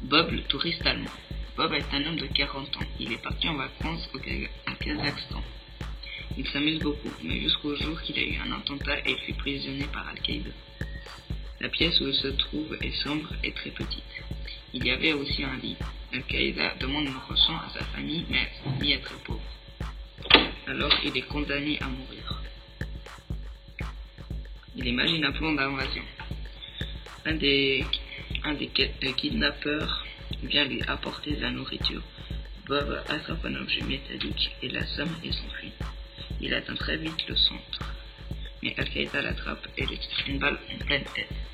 Bob, le touriste allemand. Bob est un homme de 40 ans. Il est parti en vacances au Kazakhstan. Il s'amuse beaucoup, mais jusqu'au jour qu'il a eu un attentat et il fut prisonnier par Al-Qaïda. La pièce où il se trouve est sombre et très petite. Il y avait aussi un lit. Al-Qaïda demande une rançon à sa famille, mais sa famille est très pauvre. Alors il est condamné à mourir. Il imagine un plan d'invasion. Un des kidnappeurs vient lui apporter de la nourriture. Bob attrape un objet métallique et l'assomme et s'enfuit. Il atteint très vite le centre, mais Al-Qaïda l'attrape et lui tire une balle en pleine tête.